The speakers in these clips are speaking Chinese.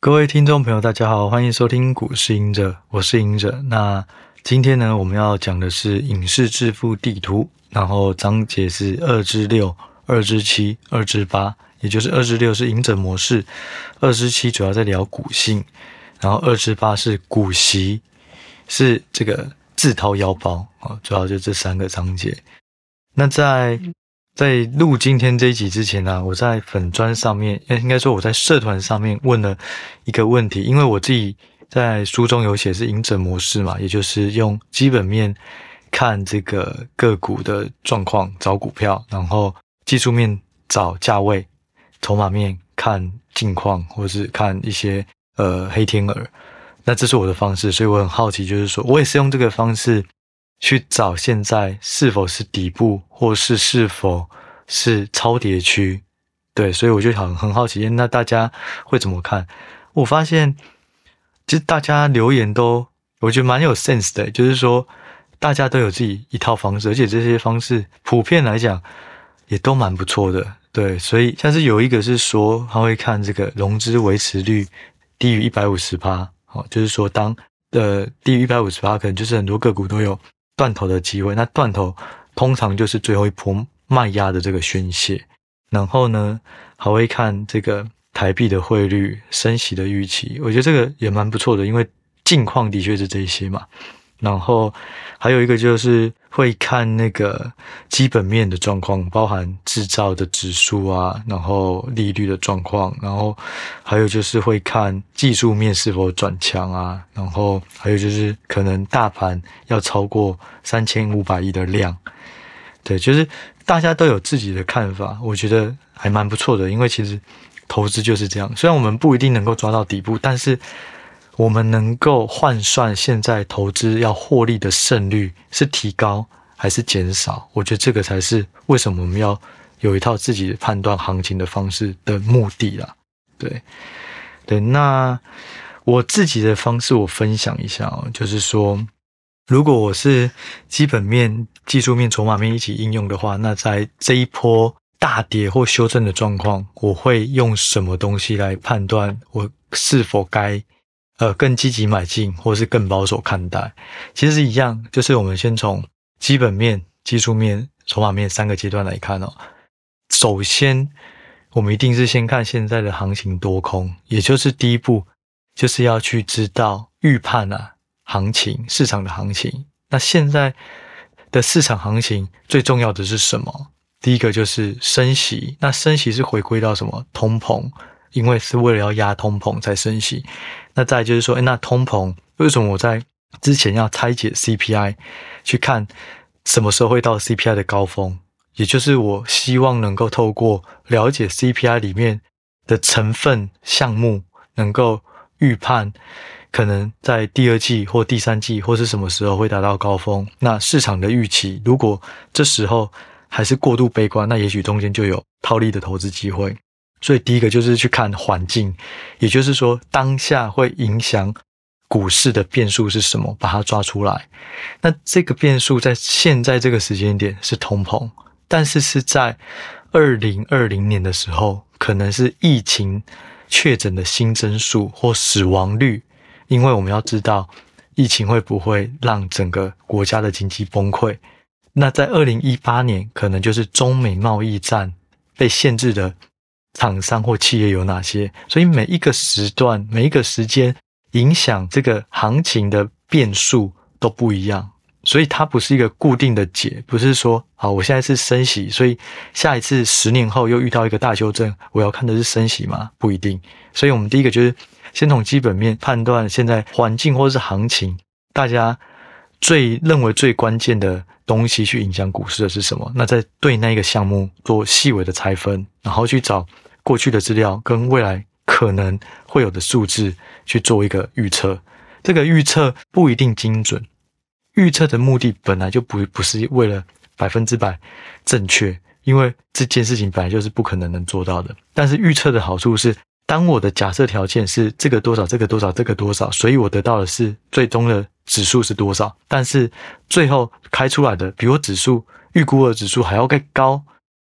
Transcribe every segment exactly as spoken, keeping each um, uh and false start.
各位听众朋友大家好，欢迎收听股市赢者，我是赢者。那今天呢，我们要讲的是影视致富地图，然后章节是二至六、二至七、二至八，也就是二至六是赢者模式，二至七主要在聊股性，然后二至八是股息，是这个自掏腰包，主要就这三个章节。那在在录今天这一集之前啊，我在粉专上面，应该说我在社团上面问了一个问题，因为我自己在书中有写是赢者模式嘛，也就是用基本面看这个个股的状况找股票，然后技术面找价位，筹码面看近况，或是看一些呃黑天鹅。那这是我的方式，所以我很好奇，就是说我也是用这个方式去找现在是否是底部，或是是否是超跌区。对，所以我就很很好奇，那大家会怎么看？我发现其实大家留言都我觉得蛮有 sense 的，就是说大家都有自己一套方式，而且这些方式普遍来讲也都蛮不错的。对，所以像是有一个是说他会看这个融资维持率低于 百分之一百五十， 哦，就是说当呃低于 百分之一百五十 可能就是很多个股都有断头的机会，那断头通常就是最后一波卖压的这个宣泄。然后呢还会看这个台币的汇率、升息的预期，我觉得这个也蛮不错的，因为近况的确是这些嘛。然后还有一个就是会看那个基本面的状况，包含制造的指数啊，然后利率的状况，然后还有就是会看技术面是否转强啊，然后还有就是可能大盘要超过三千五百亿的量。对，就是大家都有自己的看法，我觉得还蛮不错的，因为其实投资就是这样，虽然我们不一定能够抓到底部，但是我们能够换算现在投资要获利的胜率是提高还是减少，我觉得这个才是为什么我们要有一套自己判断行情的方式的目的啦。对对，那我自己的方式我分享一下哦，就是说如果我是基本面、技术面、筹码面一起应用的话，那在这一波大跌或修正的状况，我会用什么东西来判断我是否该呃更积极买进，或是更保守看待？其实一样，就是我们先从基本面、技术面、筹码面三个阶段来看哦。首先，我们一定是先看现在的行情多空，也就是第一步，就是要去知道预判啊。行情市场的行情，那现在的市场行情最重要的是什么？第一个就是升息，那升息是回归到什么？通膨，因为是为了要压通膨才升息。那再来就是说，诶那通膨为什么我在之前要拆解 C P I 去看什么时候会到 C P I 的高峰？也就是我希望能够透过了解 C P I 里面的成分项目，能够预判可能在第二季或第三季或是什么时候会达到高峰，那市场的预期如果这时候还是过度悲观，那也许中间就有套利的投资机会。所以第一个就是去看环境，也就是说当下会影响股市的变数是什么，把它抓出来。那这个变数在现在这个时间点是通膨，但是是在二零二零年的时候可能是疫情确诊的新增数或死亡率，因为我们要知道疫情会不会让整个国家的经济崩溃。那在二零一八年可能就是中美贸易战被限制的厂商或企业有哪些，所以每一个时段每一个时间影响这个行情的变数都不一样，所以它不是一个固定的解，不是说好我现在是升息，所以下一次十年后又遇到一个大修正，我要看的是升息吗？不一定。所以我们第一个就是先从基本面判断现在环境或是行情，大家最认为最关键的东西去影响股市的是什么，那再对那个项目做细微的拆分，然后去找过去的资料跟未来可能会有的数字去做一个预测。这个预测不一定精准，预测的目的本来就不不是为了百分之百正确，因为这件事情本来就是不可能能做到的。但是预测的好处是，当我的假设条件是这个多少这个多少这个多少，所以我得到的是最终的指数是多少，但是最后开出来的比我指数预估的指数还要更高，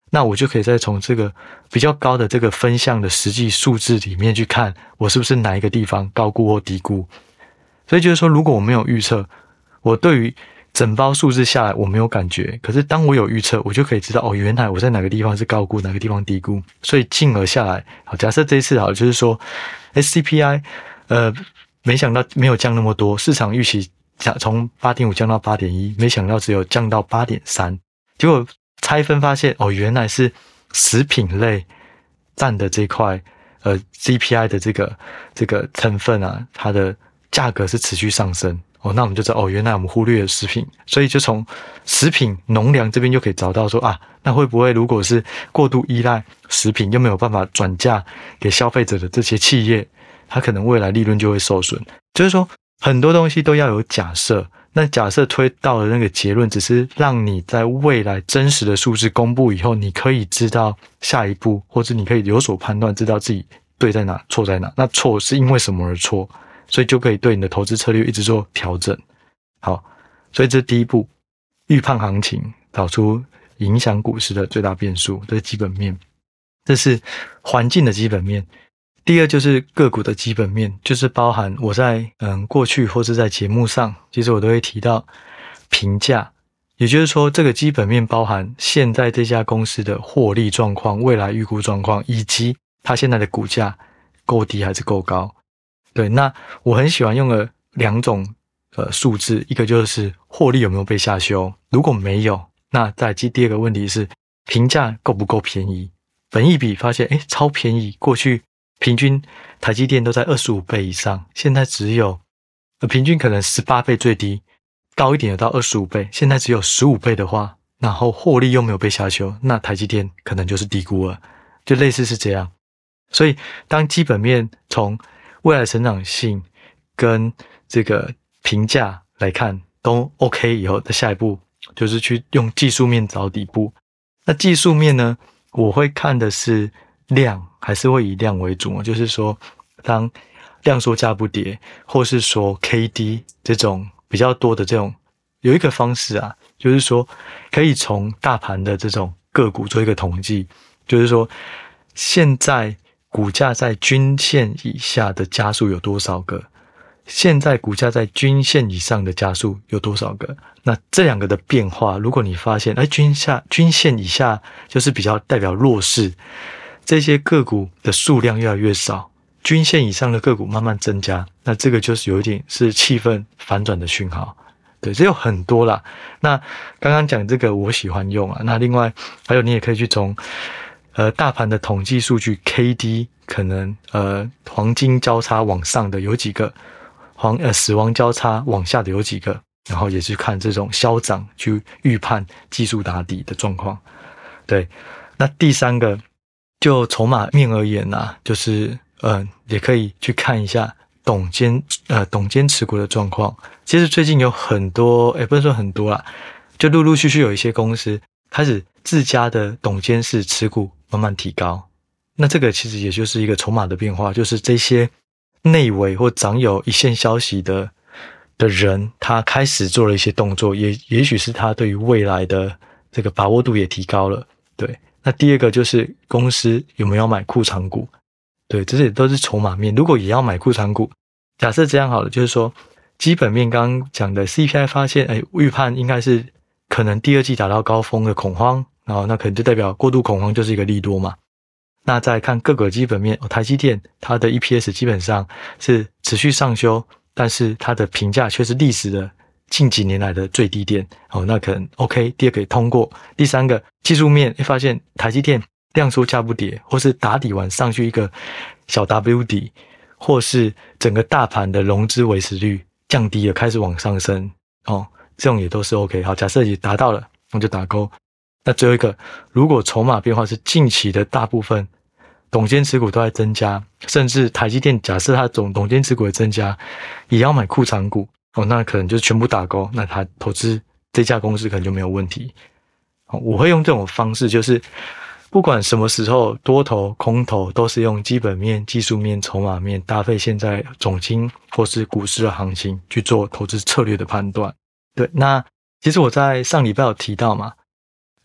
那我就可以再从这个比较高的这个分项的实际数字里面去看，我是不是哪一个地方高估或低估。所以就是说，如果我没有预测，我对于整包数字下来我没有感觉，可是当我有预测，我就可以知道哦，原来我在哪个地方是高估，哪个地方低估，所以进而下来，好，假设这一次好，就是说 S C P I 呃没想到没有降那么多，市场预期从 八点五 降到 八点一， 没想到只有降到 八点三， 结果拆分发现哦，原来是食品类占的这块呃 C P I 的这个这个成分啊，它的价格是持续上升。哦，那我们就知道哦，原来我们忽略了食品，所以就从食品农粮这边就可以找到说啊，那会不会如果是过度依赖食品又没有办法转嫁给消费者的这些企业，它可能未来利润就会受损。就是说很多东西都要有假设，那假设推到的那个结论只是让你在未来真实的数字公布以后，你可以知道下一步，或者你可以有所判断，知道自己对在哪错在哪，那错是因为什么而错，所以就可以对你的投资策略一直做调整。好，所以这是第一步，预判行情，找出影响股市的最大变数，这是基本面，这是环境的基本面。第二就是个股的基本面，就是包含我在嗯过去或是在节目上，其实我都会提到评价，也就是说这个基本面包含现在这家公司的获利状况、未来预估状况，以及它现在的股价够低还是够高。对，那我很喜欢用了两种呃数字，一个就是获利有没有被下修，如果没有，那再第二个问题是评价够不够便宜，本益比发现诶超便宜，过去平均台积电都在二十五倍以上，现在只有呃平均可能十八倍最低，高一点有到二十五倍，现在只有十五倍的话，然后获利又没有被下修，那台积电可能就是低估了，就类似是这样。所以当基本面从未来成长性跟这个评价来看都 OK 以后的下一步就是去用技术面找底部。那技术面呢，我会看的是量，还是会以量为主，就是说当量缩价不跌，或是说 K D 这种比较多的这种，有一个方式啊，就是说可以从大盘的这种个股做一个统计，就是说现在股价在均线以下的家数有多少个，现在股价在均线以上的家数有多少个，那这两个的变化，如果你发现哎，均下均线以下就是比较代表弱势，这些个股的数量越来越少，均线以上的个股慢慢增加，那这个就是有一点是气氛反转的讯号。对，这有很多啦。那刚刚讲这个我喜欢用啊，那另外还有你也可以去从呃大盘的统计数据 K D 可能呃黄金交叉往上的有几个，黄呃死亡交叉往下的有几个，然后也去看这种消涨去预判技术打底的状况。对，那第三个就筹码面而言啊，就是呃也可以去看一下董监呃董监持股的状况。其实最近有很多，诶不是说很多啦，就陆陆续续有一些公司开始自家的董监事持股慢慢提高。那这个其实也就是一个筹码的变化，就是这些内围或掌有一线消息的的人，他开始做了一些动作，也也许是他对于未来的这个把握度也提高了。对，那第二个就是公司有没有买库藏股。对，这些都是筹码面。如果也要买库藏股，假设这样好了，就是说基本面刚刚讲的 C P I 发现，哎，预判应该是可能第二季达到高峰的恐慌，然后那可能就代表过度恐慌就是一个利多嘛。那再看各个基本面，哦，台积电它的 E P S 基本上是持续上修，但是它的评价却是历史的近几年来的最低点，哦，那可能 OK， 第二个也通过。第三个技术面会发现台积电量缩价不跌，或是打底完上去一个小 W 底，或是整个大盘的融资维持率降低了，开始往上升，哦，这种也都是 OK。好，假设也达到了，我们就打勾。那最后一个，如果筹码变化是近期的大部分董监持股都在增加，甚至台积电假设它总董监持股的增加，也要买库藏股，哦，那可能就全部打勾，那他投资这家公司可能就没有问题。哦，我会用这种方式，就是不管什么时候多头空头都是用基本面、技术面、筹码面搭配现在总经或是股市的行情去做投资策略的判断。对，那其实我在上礼拜有提到嘛，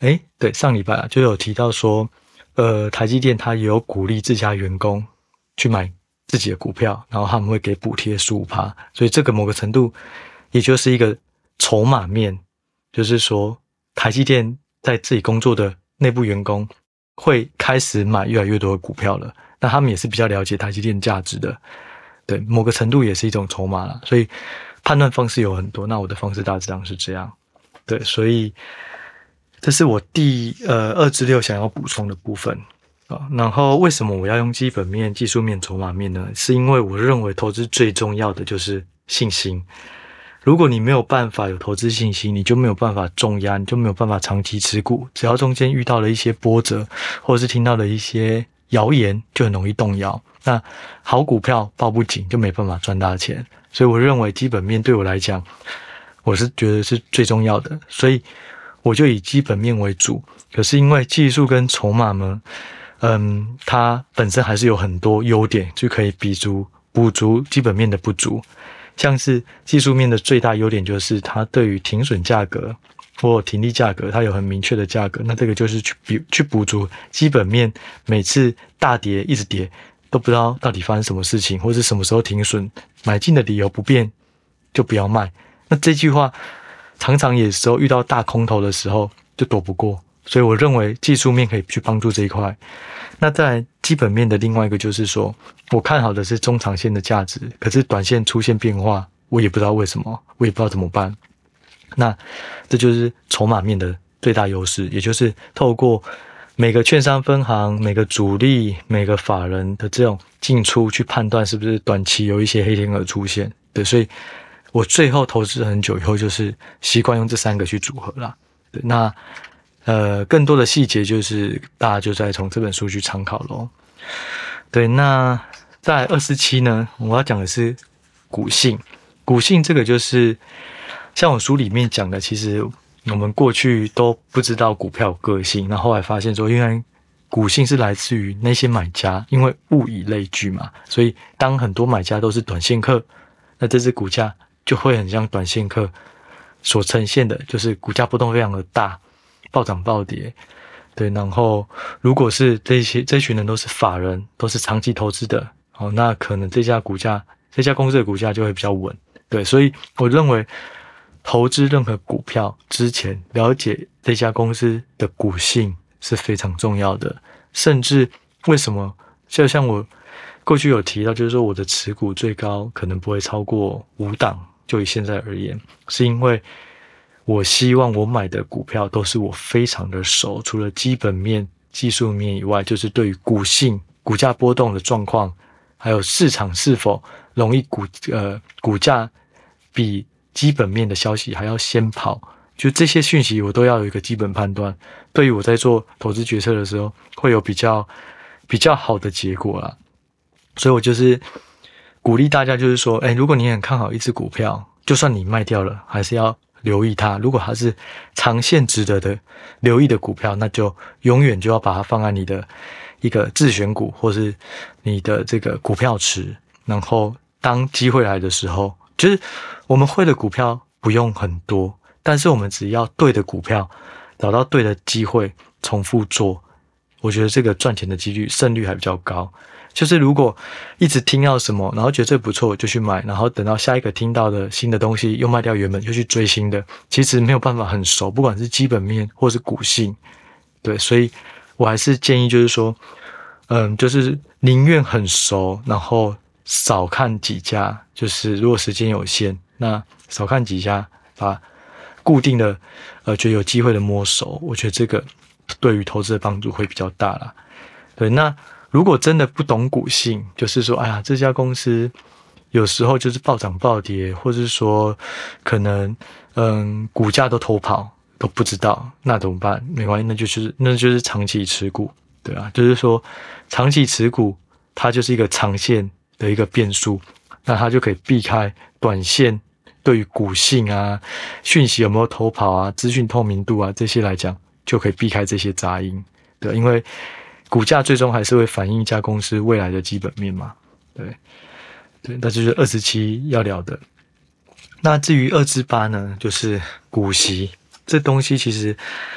诶，对，上礼拜啊就有提到说，呃，台积电它也有鼓励自家员工去买自己的股票，然后他们会给补贴 百分之十五， 所以这个某个程度也就是一个筹码面，就是说台积电在自己工作的内部员工会开始买越来越多的股票了，那他们也是比较了解台积电价值的，对，某个程度也是一种筹码啦，所以判断方式有很多，那我的方式大致上是这样，对，所以这是我第呃二至六想要补充的部分啊。然后为什么我要用基本面、技术面、筹码面呢？是因为我认为投资最重要的就是信心。如果你没有办法有投资信心，你就没有办法重压，你就没有办法长期持股。只要中间遇到了一些波折，或者是听到了一些谣言，就很容易动摇。那好股票抱不紧，就没办法赚大钱。所以我认为基本面对我来讲，我是觉得是最重要的。所以我就以基本面为主。可是因为技术跟筹码呢，嗯，它本身还是有很多优点，就可以比足补足基本面的不足。像是技术面的最大优点就是它对于停损价格或停利价格，它有很明确的价格，那这个就是去比去补足基本面每次大跌一直跌都不知道到底发生什么事情，或是什么时候停损，买进的理由不变就不要卖。那这句话常常有时候遇到大空头的时候就躲不过，所以我认为技术面可以去帮助这一块。那在来基本面的另外一个就是说，我看好的是中长线的价值，可是短线出现变化，我也不知道为什么，我也不知道怎么办。那这就是筹码面的最大优势，也就是透过每个券商分行、每个主力、每个法人的这种进出去判断是不是短期有一些黑天鹅出现。对，所以我最后投资很久以后，就是习惯用这三个去组合啦。对，那呃，更多的细节就是大家就再从这本书去参考咯。对，那在二十七呢，我要讲的是股性。股性这个就是像我书里面讲的，其实我们过去都不知道股票有个性，那后来发现说，因为股性是来自于那些买家，因为物以类聚嘛，所以当很多买家都是短线客，那这只股价就会很像短线客所呈现的，就是股价波动非常的大，暴涨暴跌。对，然后如果是这些这群人都是法人，都是长期投资的，哦，那可能这家股价这家公司的股价就会比较稳。对，所以我认为投资任何股票之前，了解这家公司的股性是非常重要的。甚至为什么就像我过去有提到，就是说我的持股最高可能不会超过五档，就以现在而言，是因为我希望我买的股票都是我非常的熟，除了基本面、技术面以外，就是对于股性、股价波动的状况，还有市场是否容易股呃股价比基本面的消息还要先跑，就这些讯息我都要有一个基本判断，对于我在做投资决策的时候会有比较比较好的结果啦。所以我就是鼓励大家，就是说，哎，如果你很看好一只股票，就算你卖掉了，还是要留意它。如果它是长线值得的留意的股票，那就永远就要把它放在你的一个自选股，或是你的这个股票池。然后当机会来的时候，就是我们会的股票不用很多，但是我们只要对的股票，找到对的机会，重复做，我觉得这个赚钱的几率胜率还比较高。就是如果一直听到什么，然后觉得这不错就去买，然后等到下一个听到的新的东西又卖掉原本又去追新的，其实没有办法很熟，不管是基本面或是股性。对，所以我还是建议就是说，嗯，就是宁愿很熟，然后少看几家，就是如果时间有限，那少看几家，把固定的呃觉得有机会的摸熟，我觉得这个对于投资的帮助会比较大啦。对，那如果真的不懂股性，就是说，哎呀，这家公司有时候就是暴涨暴跌，或者是说可能嗯股价都偷跑都不知道，那怎么办？没关系，那就是那就是长期持股，对啊，就是说长期持股它就是一个长线的一个变数，那它就可以避开短线对于股性啊、讯息有没有偷跑啊、资讯透明度啊这些来讲，就可以避开这些杂音，对，因为股价最终还是会反映一家公司未来的基本面嘛，对，对，那就是二十七要聊的。那至于二至八呢，就是股息这东西，其实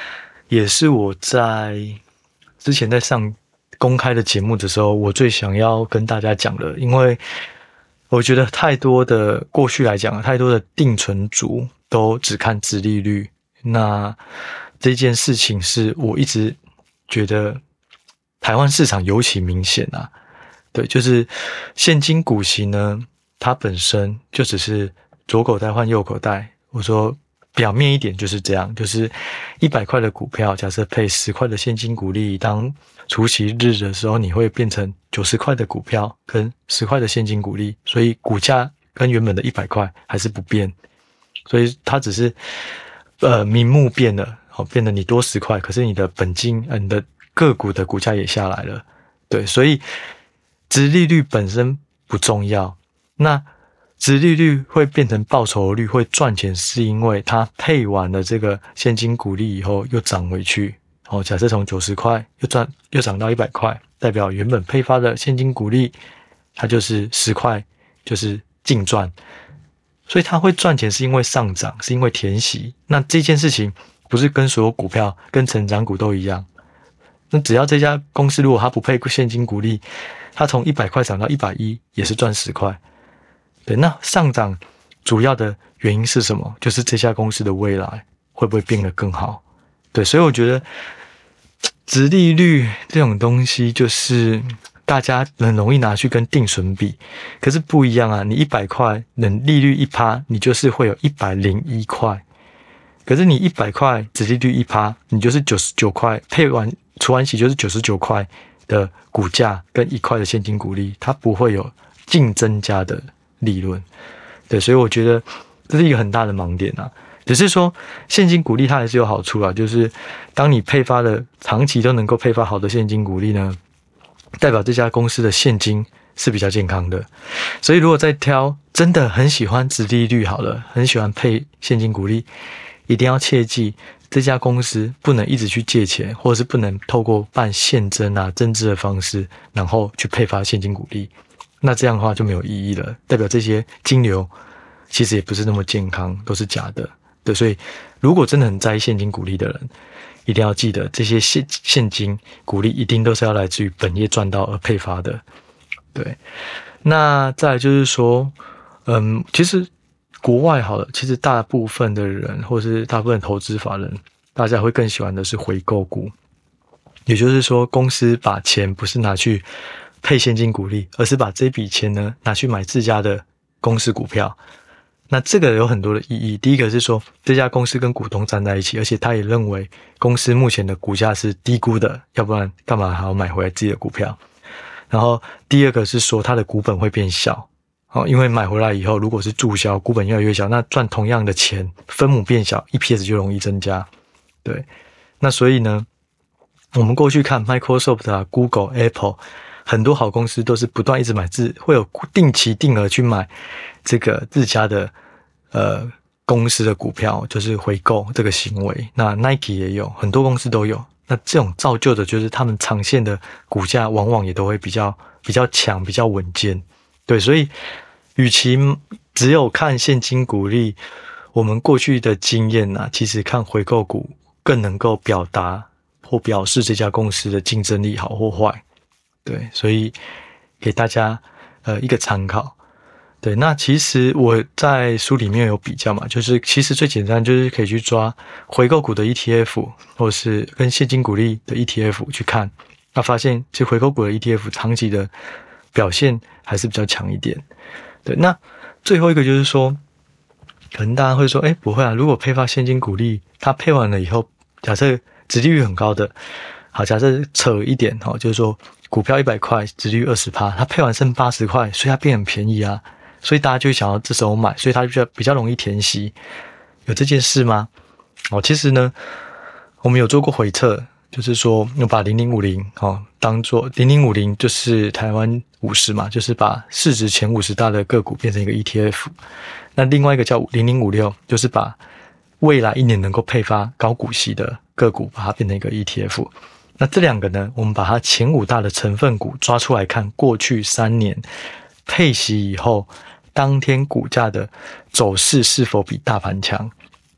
也是我在之前在上公开的节目的时候，我最想要跟大家讲的，因为我觉得太多的过去来讲，太多的定存族都只看殖利率，那这件事情是我一直觉得台湾市场尤其明显啊。对，就是现金股息呢，它本身就只是左口袋换右口袋。我说表面一点就是这样，就是一百块的股票，假设配十块的现金股利，当除息日的时候，你会变成九十块的股票跟十块的现金股利，所以股价跟原本的一百块还是不变，所以它只是呃名目变了，好，变得你多十块，可是你的本金，呃，你的个股的股价也下来了，对，所以殖利率本身不重要，那殖利率会变成报酬率会赚钱，是因为它配完了这个现金股利以后又涨回去。哦，假设从九十块又赚又涨到一百块，代表原本配发的现金股利它就是十块，就是净赚。所以它会赚钱是因为上涨，是因为填息。那这件事情不是跟所有股票跟成长股都一样。那只要这家公司如果它不配现金股利，它从一百块涨到一百一十也是赚十块。对，那上涨主要的原因是什么？就是这家公司的未来会不会变得更好？对，所以我觉得殖利率这种东西就是大家很容易拿去跟定存比，可是不一样啊。你一百块，能利率 百分之一， 你就是会有一百零一块。可是你一百块殖利率 百分之一， 你就是九十九块，配完除完息就是九十九块的股价跟一块的现金股利，它不会有净增加的利润。对，所以我觉得这是一个很大的盲点啊。只是说现金股利它还是有好处啦，就是当你配发的长期都能够配发好的现金股利呢，代表这家公司的现金是比较健康的。所以如果在挑真的很喜欢殖利率好了，很喜欢配现金股利，一定要切记这家公司不能一直去借钱，或者是不能透过办现增啊增资的方式然后去配发现金股利，那这样的话就没有意义了，代表这些金流其实也不是那么健康，都是假的。对，所以如果真的很在意现金股利的人，一定要记得这些现现金股利一定都是要来自于本业赚到而配发的。对，那再来就是说，嗯，其实国外好了，其实大部分的人或是大部分投资法人，大家会更喜欢的是回购股，也就是说，公司把钱不是拿去配现金股利，而是把这笔钱呢拿去买自家的公司股票。那这个有很多的意义，第一个是说这家公司跟股东站在一起，而且他也认为公司目前的股价是低估的，要不然干嘛还要买回来自己的股票。然后第二个是说它的股本会变小，哦，因为买回来以后如果是注销，股本越来越小，那赚同样的钱分母变小， E P S 就容易增加。对，那所以呢我们过去看 Microsoft 啊 Google、Apple 很多好公司都是不断一直买自，会有定期定额去买这个自家的呃公司的股票，就是回购这个行为。那 Nike 也有，很多公司都有。那这种造就的就是他们长线的股价往往也都会比较比较强，比较稳健。对，所以与其只有看现金股利，我们过去的经验啊，其实看回购股更能够表达或表示这家公司的竞争力好或坏。对，所以给大家呃一个参考。对，那其实我在书里面有比较嘛，就是其实最简单就是可以去抓回购股的 E T F 或是跟现金股利的 E T F 去看，那发现其实回购股的 E T F 长期的表现还是比较强一点。对，那最后一个就是说，可能大家会说，哎，不会啊，如果配发现金股利，它配完了以后，假设殖利率很高的，好，假设扯一点，好，就是说股票一百块，殖利率 百分之二十， 它配完剩八十块，所以它变很便宜啊。所以大家就会想要这时候买，所以它就比较容易填息。有这件事吗？哦，其实呢，我们有做过回测，就是说有把零零五零哦当做零零五零就是台湾五十嘛，就是把市值前五十大的个股变成一个 E T F。那另外一个叫零零五六，就是把未来一年能够配发高股息的个股，把它变成一个 E T F。那这两个呢，我们把它前五大的成分股抓出来看，过去三年配息以后，当天股价的走势是否比大盘强？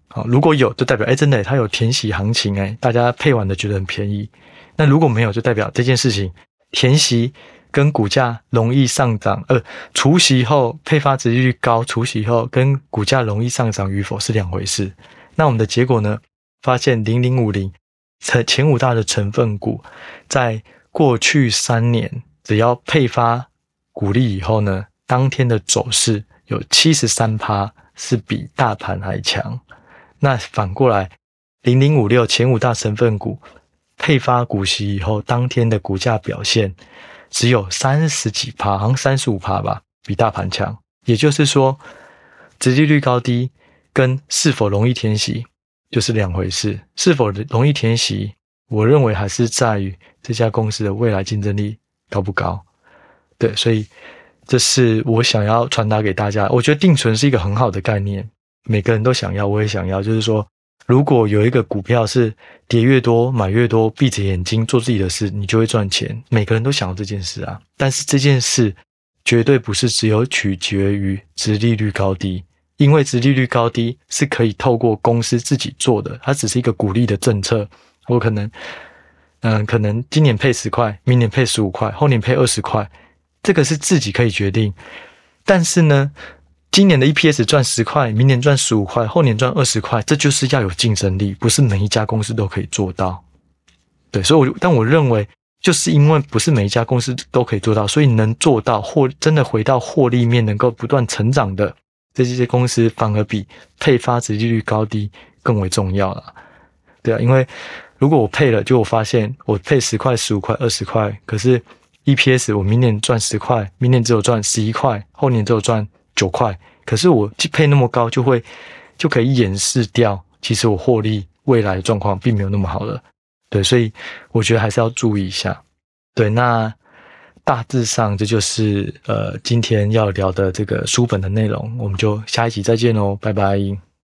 好，如果有就代表哎真的它有填息行情哎，大家配完的觉得很便宜。那如果没有就代表这件事情填息跟股价容易上涨，呃，除息后配发殖利率高，除息后跟股价容易上涨与否是两回事。那我们的结果呢？发现零零五零前五大的成分股，在过去三年只要配发股利以后呢，当天的走势有 百分之七十三 是比大盘还强。那反过来零零五六前五大成分股配发股息以后，当天的股价表现只有三十几趴，好像 百分之三十五 吧，比大盘强。也就是说，殖利率高低跟是否容易填息就是两回事。是否容易填息，我认为还是在于这家公司的未来竞争力高不高。对，所以这是我想要传达给大家。我觉得定存是一个很好的概念，每个人都想要，我也想要。就是说，如果有一个股票是跌越多买越多，闭着眼睛做自己的事，你就会赚钱。每个人都想要这件事啊，但是这件事绝对不是只有取决于殖利率高低，因为殖利率高低是可以透过公司自己做的，它只是一个鼓励的政策。我可能嗯，可能今年配十块，明年配十五块，后年配二十块，这个是自己可以决定。但是呢，今年的 E P S 赚十块，明年赚十五块，后年赚二十块，这就是要有竞争力，不是每一家公司都可以做到。对，所以我但我认为就是因为不是每一家公司都可以做到，所以能做到或真的回到获利面能够不断成长的这些公司，反而比配发殖利率高低更为重要啦。对啊，因为如果我配了，就我发现我配十块、十五块、二十块，可是 E P S 我明年赚十块，明年只有赚十一块，后年只有赚九块，可是我配那么高，就会就可以掩饰掉其实我获利未来的状况并没有那么好了。对，所以我觉得还是要注意一下。对，那大致上这就是呃今天要聊的这个书本的内容，我们就下一集再见喽，拜拜。